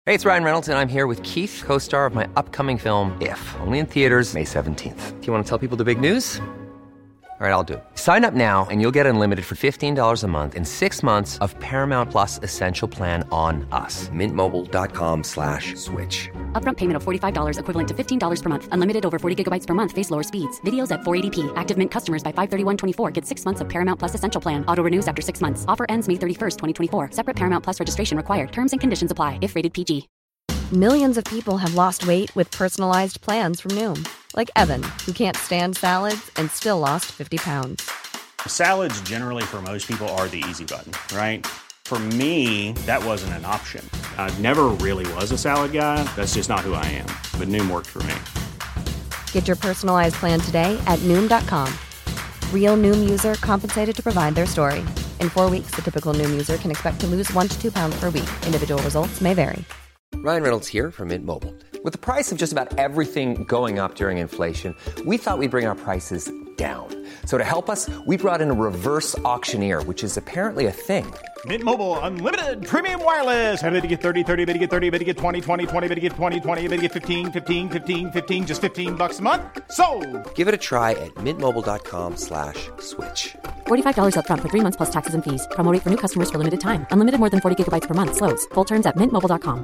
Hey, it's Ryan Reynolds, and I'm here with Keith, co-star of my upcoming film, If, only in theaters May 17th. Do you want to tell people the big news? All right, I'll do it. Sign up now and you'll get unlimited for $15 a month and 6 months of Paramount Plus Essential Plan on us. MintMobile.com/switch. Upfront payment of $45 equivalent to $15 per month. Unlimited over 40 gigabytes per month. Face lower speeds. Videos at 480p. Active Mint customers by 531.24 get 6 months of Paramount Plus Essential Plan. Auto renews after 6 months. Offer ends May 31st, 2024. Separate Paramount Plus registration required. Terms and conditions apply if rated PG. Millions of people have lost weight with personalized plans from Noom. Like Evan, who can't stand salads and still lost 50 pounds. Salads generally for most people are the easy button, right? For me, that wasn't an option. I never really was a salad guy. That's just not who I am. But Noom worked for me. Get your personalized plan today at Noom.com. Real Noom user compensated to provide their story. In 4 weeks, the typical Noom user can expect to lose 1 to 2 pounds per week. Individual results may vary. Ryan Reynolds here from Mint Mobile. With the price of just about everything going up during inflation, we thought we'd bring our prices down. So to help us, we brought in a reverse auctioneer, which is apparently a thing. Mint Mobile Unlimited Premium Wireless. How to get 30, 30, bit to get 30, bit to get 20, 20, 20, bit to get 20, 20, bit to get 15, 15, 15, 15, just $15 a month? Sold! Give it a try at mintmobile.com/switch. $45 up front for 3 months plus taxes and fees. Promo rate for new customers for limited time. Unlimited more than 40 gigabytes per month. Slows full terms at mintmobile.com.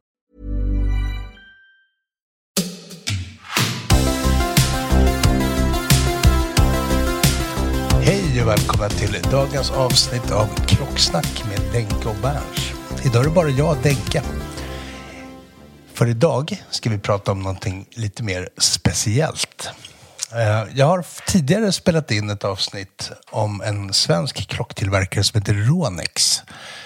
Hej och välkomna till dagens avsnitt av Klocksnack med Denke och Berns. Idag är det bara jag, Denke. För idag ska vi prata om någonting lite mer speciellt. Jag har tidigare spelat in ett avsnitt om en svensk klocktillverkare som heter Ronex.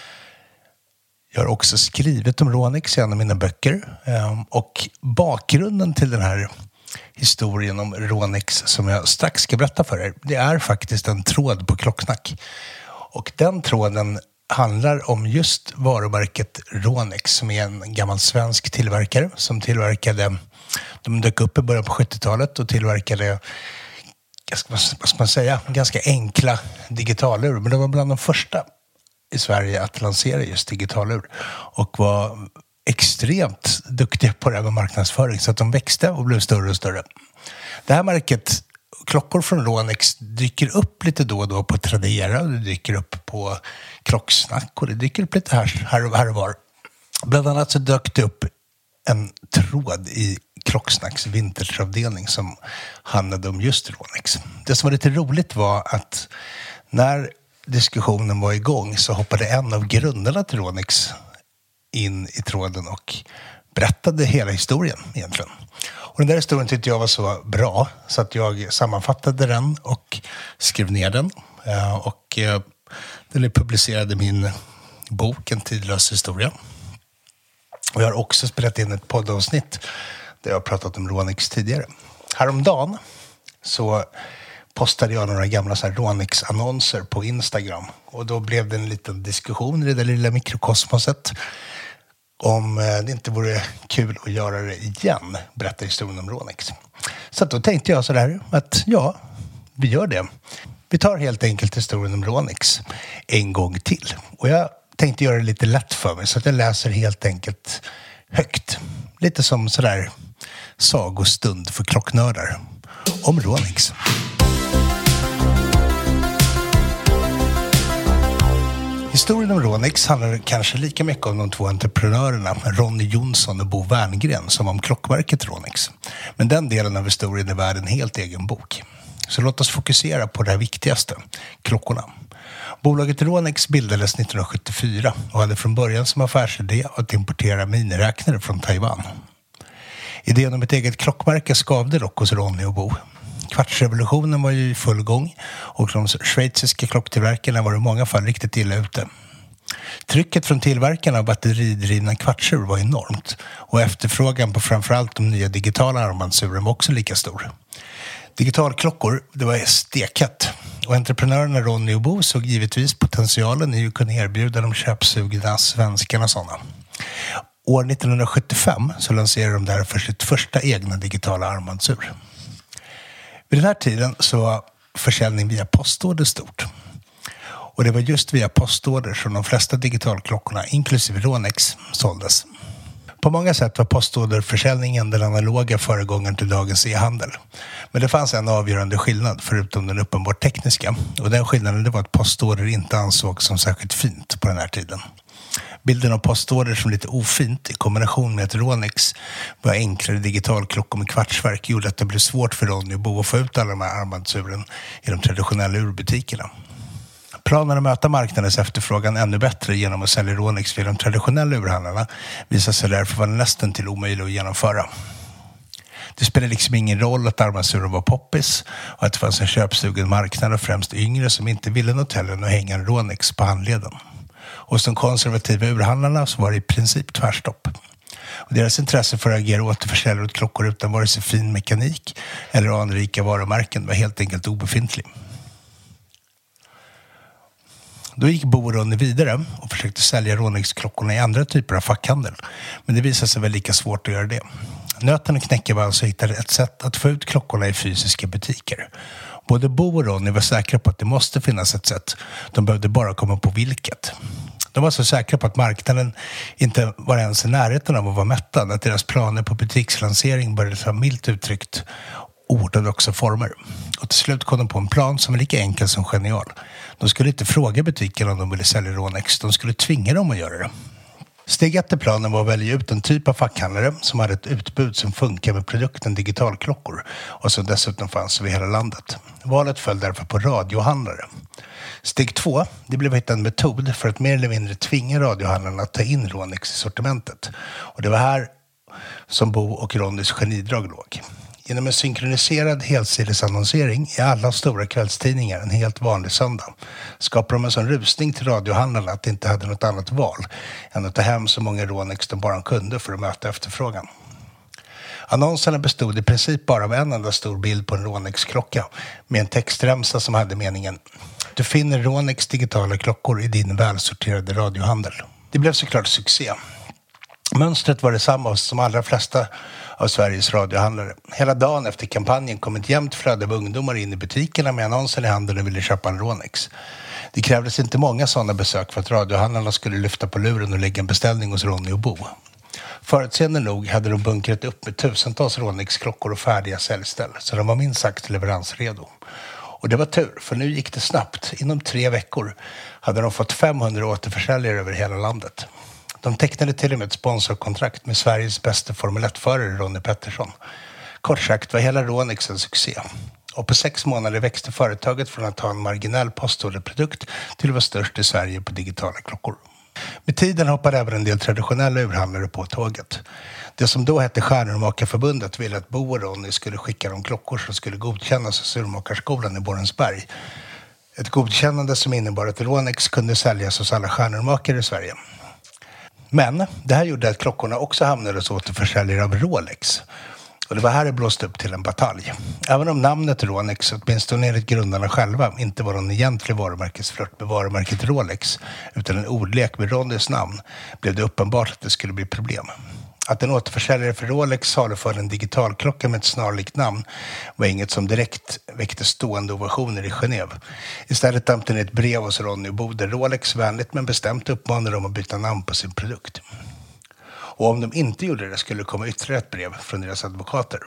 Jag har också skrivit om Ronex i en av mina böcker. Och bakgrunden till den här historien om Ronex som jag strax ska berätta för er, det är faktiskt en tråd på Klocksnack. Och den tråden handlar om just varumärket Ronex som är en gammal svensk tillverkare som tillverkade, de dök upp i början på 70-talet och tillverkade, vad ska man säga, ganska enkla digitalur. Men det var bland de första i Sverige att lansera just digitalur och var extremt duktiga på det här med marknadsföring så att de växte och blev större och större. Det här märket, klockor från Ronex, dyker upp lite då och då på Tradera och det dyker upp på Klocksnack och det dyker upp lite här och var. Bland annat så dök det upp en tråd i Klocksnacks vintageavdelning som handlade om just Ronex. Det som var lite roligt var att när diskussionen var igång så hoppade en av grundarna till Ronex in i tråden och berättade hela historien egentligen. Och den där historien tyckte jag var så bra så att jag sammanfattade den och skrev ner den. Och den publicerade min bok En tidlös historia. Och jag har också spelat in ett poddavsnitt där jag har pratat om Ronex tidigare. Häromdagen så postade jag några gamla Ronex-annonser på Instagram. Och då blev det en liten diskussion i det där lilla mikrokosmoset om det inte vore kul att göra det igen, berätta historien om Ronex. Så då tänkte jag så där att ja, vi gör det. Vi tar helt enkelt historien om Ronex en gång till. Och jag tänkte göra det lite lätt för mig så att jag läser helt enkelt högt. Lite som sådär sagostund för klocknördar om Ronex. Historien om Ronex handlar kanske lika mycket om de två entreprenörerna Ronny Jonsson och Bo Werngren som om klockverket Ronex. Men den delen av historien är värd en helt egen bok. Så låt oss fokusera på det här viktigaste, klockorna. Bolaget Ronex bildades 1974 och hade från början som affärsidé att importera miniräknare från Taiwan. Idén om ett eget klockmärke skavde dock hos Ronny och Bo. Kvartsrevolutionen var ju i full gång och de schweiziska klocktillverkarna var i många fall riktigt illa ute. Trycket från tillverkarna av batteridrivna kvartsur var enormt och efterfrågan på framförallt de nya digitala armbandsuren var också lika stor. Digitalklockor, det var stekat och entreprenörerna Ronny och Bo såg givetvis potentialen i att kunna erbjuda de köpsugna svenskarna sådana. År 1975 så lanserade de därför sitt första egna digitala armbandsur. Vid den här tiden så var försäljning via postorder stort. Och det var just via postorder som de flesta digitalklockorna, inklusive Ronex, såldes. På många sätt var postorderförsäljningen den analoga föregångaren till dagens e-handel. Men det fanns en avgörande skillnad förutom den uppenbart tekniska. Och den skillnaden det var att postorder inte ansågs som särskilt fint på den här tiden. Bilden av postorder som lite ofint i kombination med ett Ronex var enklare digitalklockor med kvartsverk gjorde att det blev svårt för Ronny och Bo att få ut alla de här armbandsuren i de traditionella urbutikerna. Planen att möta marknadens efterfrågan ännu bättre genom att sälja Ronex vid de traditionella urhandlarna visade sig därför vara nästan till omöjligt att genomföra. Det spelade liksom ingen roll att armbandsuren var poppis och att det fanns en köpsugen marknad och främst yngre som inte ville något hellre än att hänga en Ronex på handleden. Hos de konservativa urhandlarna så var det i princip tvärstopp. Och deras intresse för att agera återförsäljare åt klockor utan vare sig fin mekanik eller anrika varumärken var helt enkelt obefintlig. Då gick Bo och Ronny vidare och försökte sälja Ronex-klockorna i andra typer av fackhandel. Men det visade sig väl lika svårt att göra det. Nöten och knäcken var alltså hittade ett sätt att få ut klockorna i fysiska butiker. Både Bo och Ronny var säkra på att det måste finnas ett sätt. De behövde bara komma på vilket. De var så säkra på att marknaden inte var ens i närheten av att vara mättad. Att deras planer på butikslansering började ta milt uttryckt ortodoxa former. Och till slut kom de på en plan som är lika enkel som genial. De skulle inte fråga butiken om de ville sälja Ronex. De skulle tvinga dem att göra det. Steg 1 i planen var att välja ut en typ av fackhandlare som hade ett utbud som funkar med produkten digitalklockor och som dessutom fanns över hela landet. Valet föll därför på radiohandlare. Steg 2, det blev att hitta en metod för att mer eller mindre tvinga radiohandlarna att ta in Ronex i sortimentet. Och det var här som Bo och Ronnys genidrag låg. Genom en synkroniserad helsidesannonsering i alla stora kvällstidningar en helt vanlig söndag skapade de en sån rusning till radiohandlarna att de inte hade något annat val än att ta hem så många Ronex de bara kunde för att möta efterfrågan. Annonserna bestod i princip bara av en enda stor bild på en Ronex-klocka med en textremsa som hade meningen: du finner Ronex digitala klockor i din välsorterade radiohandel. Det blev såklart succé. Mönstret var detsamma som allra flesta av Sveriges radiohandlare. Hela dagen efter kampanjen kom ett jämnt flöde av ungdomar in i butikerna med annonser i handen och ville köpa en Ronex. Det krävdes inte många sådana besök för att radiohandlarna skulle lyfta på luren och lägga en beställning hos Ronny och Bo. Förutseende nog hade de bunkrat upp med tusentals Ronex-klockor och färdiga säljställ, så de var minst sagt leveransredo. Och det var tur, för nu gick det snabbt. Inom 3 veckor hade de fått 500 återförsäljare över hela landet. De tecknade till och med ett sponsorkontrakt med Sveriges bästa Formel 1-förare Ronny Pettersson. Kort sagt var hela Ronex en succé. Och på 6 månader växte företaget från att ha en marginell postorderprodukt till att vara störst i Sverige på digitala klockor. Med tiden hoppade även en del traditionella urhandlare på tåget. Det som då hette Stjärnurmakarförbundet ville att Bo och Ronny skulle skicka de klockor som skulle godkännas hos Urmakarskolan i Borensberg. Ett godkännande som innebar att Ronex kunde säljas hos alla stjärnurmakare i Sverige. Men det här gjorde att klockorna också hamnade hos återförsäljare av Rolex. Och det var här det blåste upp till en batalj. Även om namnet Ronex, åtminstone enligt grundarna själva, inte var någon egentlig varumärkesflört med varumärket Rolex, utan en ordlek med Ronnys namn, blev det uppenbart att det skulle bli problem. Att en återförsäljare för Rolex saluförde en digitalklocka med ett snarlikt namn var inget som direkt väckte stående ovationer i Genève. Istället dampte ni ett brev hos Ronny och Bo där Rolex vänligt men bestämt uppmanade dem att byta namn på sin produkt. Och om de inte gjorde det skulle det komma ytterligare ett brev från deras advokater.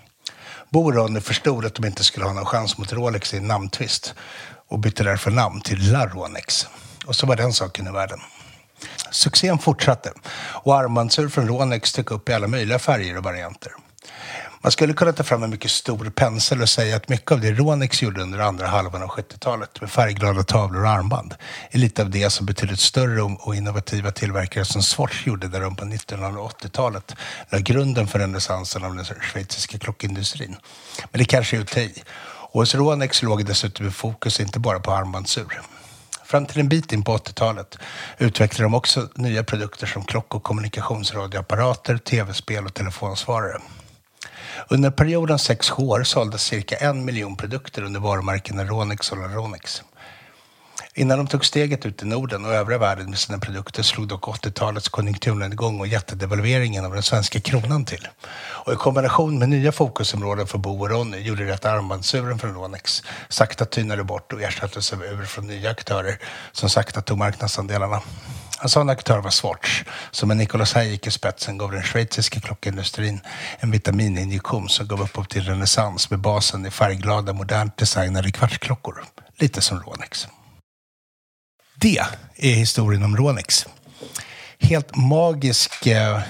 Bo och Ronny förstod att de inte skulle ha någon chans mot Rolex i en namntvist och bytte därför namn till La Ronex. Och så var den saken i världen. Succén fortsatte och armbandsur från Ronex tog upp i alla möjliga färger och varianter. Man skulle kunna ta fram en mycket stor pensel och säga att mycket av det Ronex gjorde under andra halvan av 70-talet med färgglada tavlor och armband är lite av det som betydligt större och innovativa tillverkare som Swatch gjorde där de på 1980-talet la grunden för renässansen av den schweiziska klockindustrin. Men det kanske är att ta i. Och hos Ronex låg dessutom i fokus inte bara på armbandsur. Fram till en bit in på 80-talet utvecklade de också nya produkter som klock- och kommunikationsradioapparater, tv-spel och telefonsvarare. Under perioden 6 år såldes cirka 1 miljon produkter under varumärkena Ronex och La Ronex. Innan de tog steget ut i Norden och övriga världen med sina produkter slog dock 80-talets konjunkturnedgång och jättedevalveringen av den svenska kronan till. Och i kombination med nya fokusområden för Bo och Ronny gjorde det att armbandsuren från Ronex sakta tynade bort och ersattes av ur från nya aktörer som sakta tog marknadsandelarna. En sån aktör var Swatch, som med Nicolas Hayek i spetsen gav den schweiziska klockindustrin en vitamininjektion som gav upphov till renässans med basen i färgglada, modernt designade kvartsklockor. Lite som Rolex. Det är historien om Rolex. Helt magisk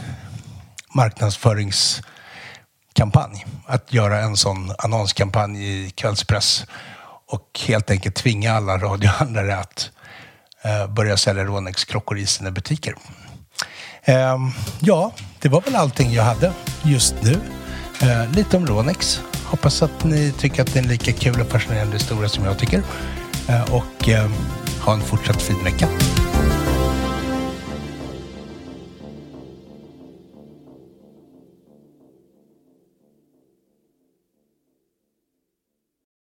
marknadsföringskampanj. Att göra en sån annonskampanj i kvällspress och helt enkelt tvinga alla radiohandlare att börja sälja Rolex-klockor i sina butiker. Ja, det var väl allting jag hade just nu. Lite om Rolex. Hoppas att ni tycker att det är en lika kul och fascinerande historia som jag tycker. Och ha en fortsatt fin vecka.